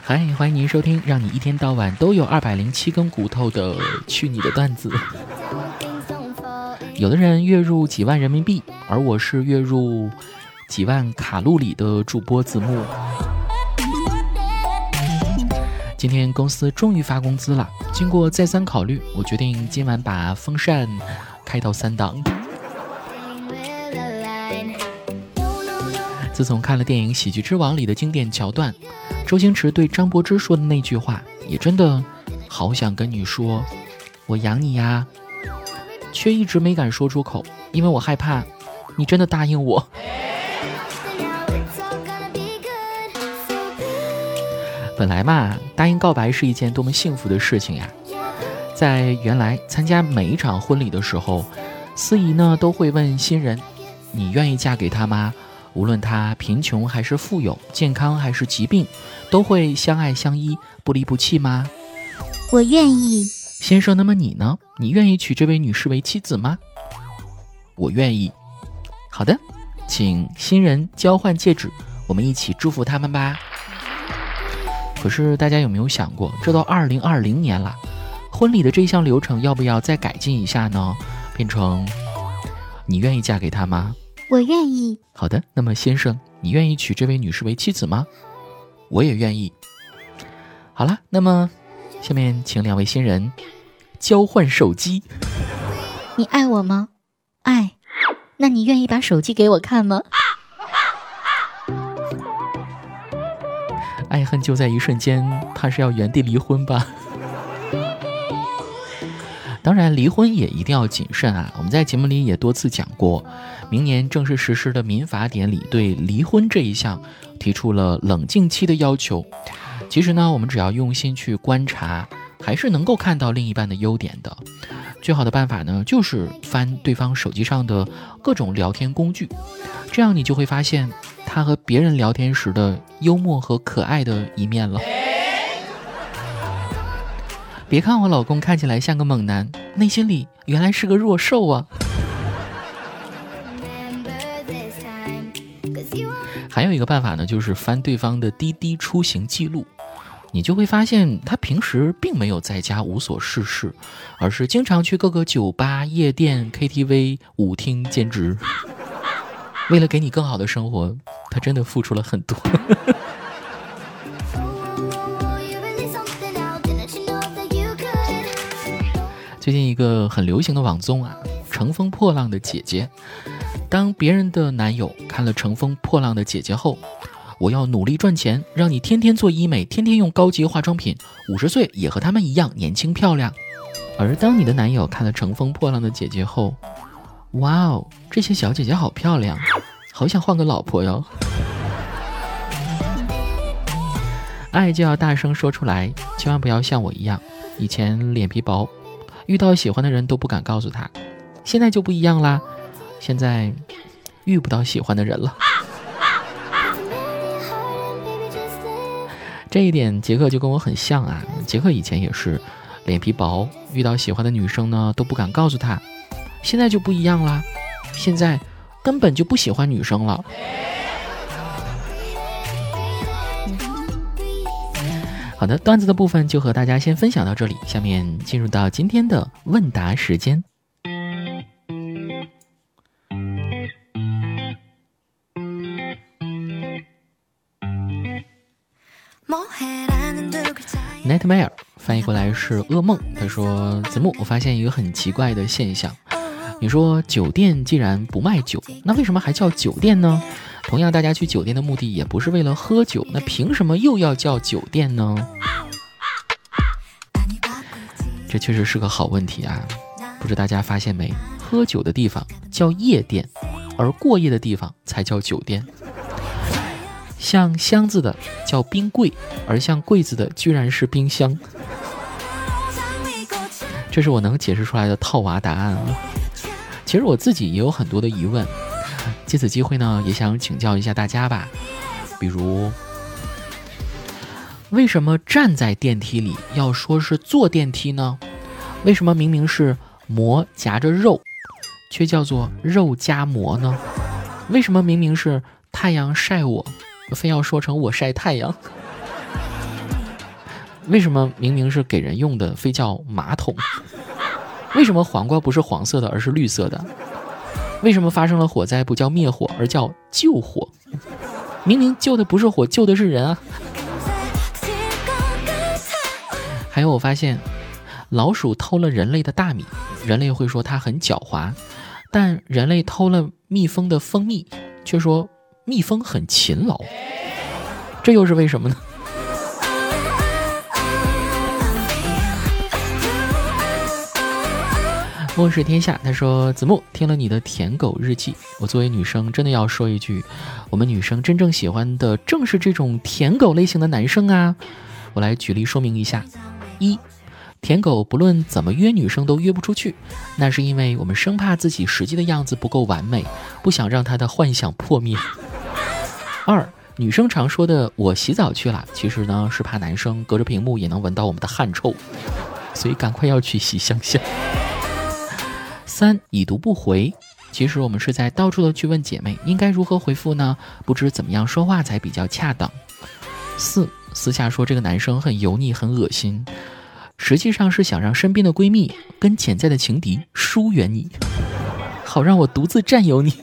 嗨，欢迎您收听让你一天到晚都有207根骨头的去你的段子。有的人月入几万人民币，而我是月入几万卡路里的主播子木。今天公司终于发工资了，经过再三考虑，我决定今晚把风扇开到3档。自从看了电影《喜剧之王》里的经典桥段，周星驰对张柏芝说的那句话，也真的好想跟你说我养你呀，却一直没敢说出口，因为我害怕你真的答应我。本来嘛，答应告白是一件多么幸福的事情呀。在原来参加每一场婚礼的时候，司仪呢都会问新人，你愿意嫁给他吗？无论他贫穷还是富有，健康还是疾病，都会相爱相依，不离不弃吗？ 我愿意。 先生，那么你呢？你愿意娶这位女士为妻子吗？我愿意。好的，请新人交换戒指，我们一起祝福他们吧。可是大家有没有想过，这到2020年了，婚礼的这项流程要不要再改进一下呢？变成你愿意嫁给他吗？ 我愿意。 好的，那么先生，你愿意娶这位女士为妻子吗？我也愿意。好了，那么下面请2位新人交换手机。 你爱我吗？爱。那你愿意把手机给我看吗？ 爱恨就在一瞬间，怕是要原地离婚吧。当然离婚也一定要谨慎啊，我们在节目里也多次讲过，明年正式实施的民法典里对离婚这一项提出了冷静期的要求。其实呢，我们只要用心去观察，还是能够看到另一半的优点的。最好的办法呢，就是翻对方手机上的各种聊天工具，这样你就会发现他和别人聊天时的幽默和可爱的一面了。别看我老公看起来像个猛男，内心里原来是个弱兽啊。还有一个办法呢，就是翻对方的滴滴出行记录，你就会发现他平时并没有在家无所事事，而是经常去各个酒吧、夜店、KTV、舞厅兼职。为了给你更好的生活，他真的付出了很多。最近一个很流行的网综啊，乘风破浪的姐姐。当别人的男友看了乘风破浪的姐姐后，我要努力赚钱，让你天天做医美，天天用高级化妆品，50岁也和他们一样年轻漂亮。而当你的男友看了乘风破浪的姐姐后，哇哦，这些小姐姐好漂亮，好想换个老婆哟。爱就要大声说出来，千万不要像我一样，以前脸皮薄，遇到喜欢的人都不敢告诉他，现在就不一样啦，现在遇不到喜欢的人了。这一点杰克就跟我很像啊，杰克以前也是脸皮薄，遇到喜欢的女生呢都不敢告诉他，现在就不一样啦，现在根本就不喜欢女生了。好的，段子的部分就和大家先分享到这里，下面进入到今天的问答时间。Nightmare 翻译过来是噩梦。他说，子木，我发现一个很奇怪的现象，你说酒店既然不卖酒，那为什么还叫酒店呢？同样大家去酒店的目的也不是为了喝酒，那凭什么又要叫酒店呢？这确实是个好问题啊，不知大家发现没，喝酒的地方叫夜店，而过夜的地方才叫酒店。像箱子的叫冰柜，而像柜子的居然是冰箱。这是我能解释出来的套娃答案啊。其实我自己也有很多的疑问，借此机会呢，也想请教一下大家吧。比如，为什么站在电梯里要说是坐电梯呢？为什么明明是馍夹着肉，却叫做肉夹馍呢？为什么明明是太阳晒我，非要说成我晒太阳？ 为什么明明是给人用的非叫马桶？为什么黄瓜不是黄色的而是绿色的？为什么发生了火灾不叫灭火而叫救火？明明救的不是火，救的是人啊！还有我发现老鼠偷了人类的大米，人类会说它很狡猾，但人类偷了蜜蜂的蜂蜜，却说蜜蜂很勤劳，这又是为什么呢？末世天下他说，子木听了你的舔狗日记，我作为女生真的要说一句，我们女生真正喜欢的正是这种舔狗类型的男生啊。我来举例说明一下。一，舔狗不论怎么约女生都约不出去，那是因为我们生怕自己实际的样子不够完美，不想让他的幻想破灭。二，女生常说的我洗澡去了，其实呢是怕男生隔着屏幕也能闻到我们的汗臭，所以赶快要去洗香香。三，已读不回，其实我们是在到处的去问姐妹应该如何回复呢，不知怎么样说话才比较恰当。四，私下说这个男生很油腻很恶心，实际上是想让身边的闺蜜跟潜在的情敌疏远你，好让我独自占有你。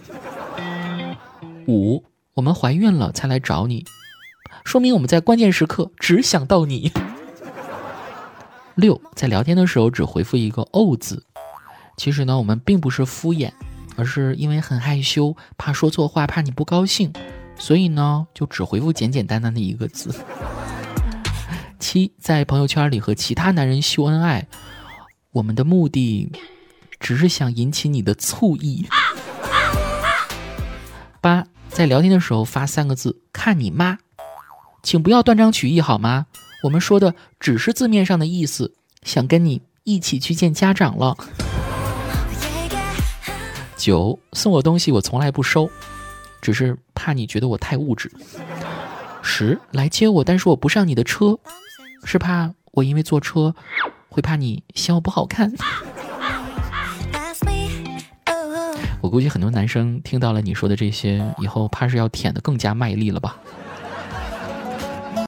五，我们怀孕了才来找你，说明我们在关键时刻只想到你。六，在聊天的时候只回复一个哦字，其实呢我们并不是敷衍，而是因为很害羞，怕说错话，怕你不高兴，所以呢就只回复简简单单的一个字。七，在朋友圈里和其他男人秀恩爱，我们的目的只是想引起你的醋意。八，在聊天的时候发3个字看你妈，请不要断章取义好吗？我们说的只是字面上的意思，想跟你一起去见家长了。9，送我东西我从来不收，只是怕你觉得我太物质。10，来接我但是我不上你的车，是怕我因为坐车会怕你嫌我不好看。我估计很多男生听到了你说的这些以后，怕是要舔得更加卖力了吧。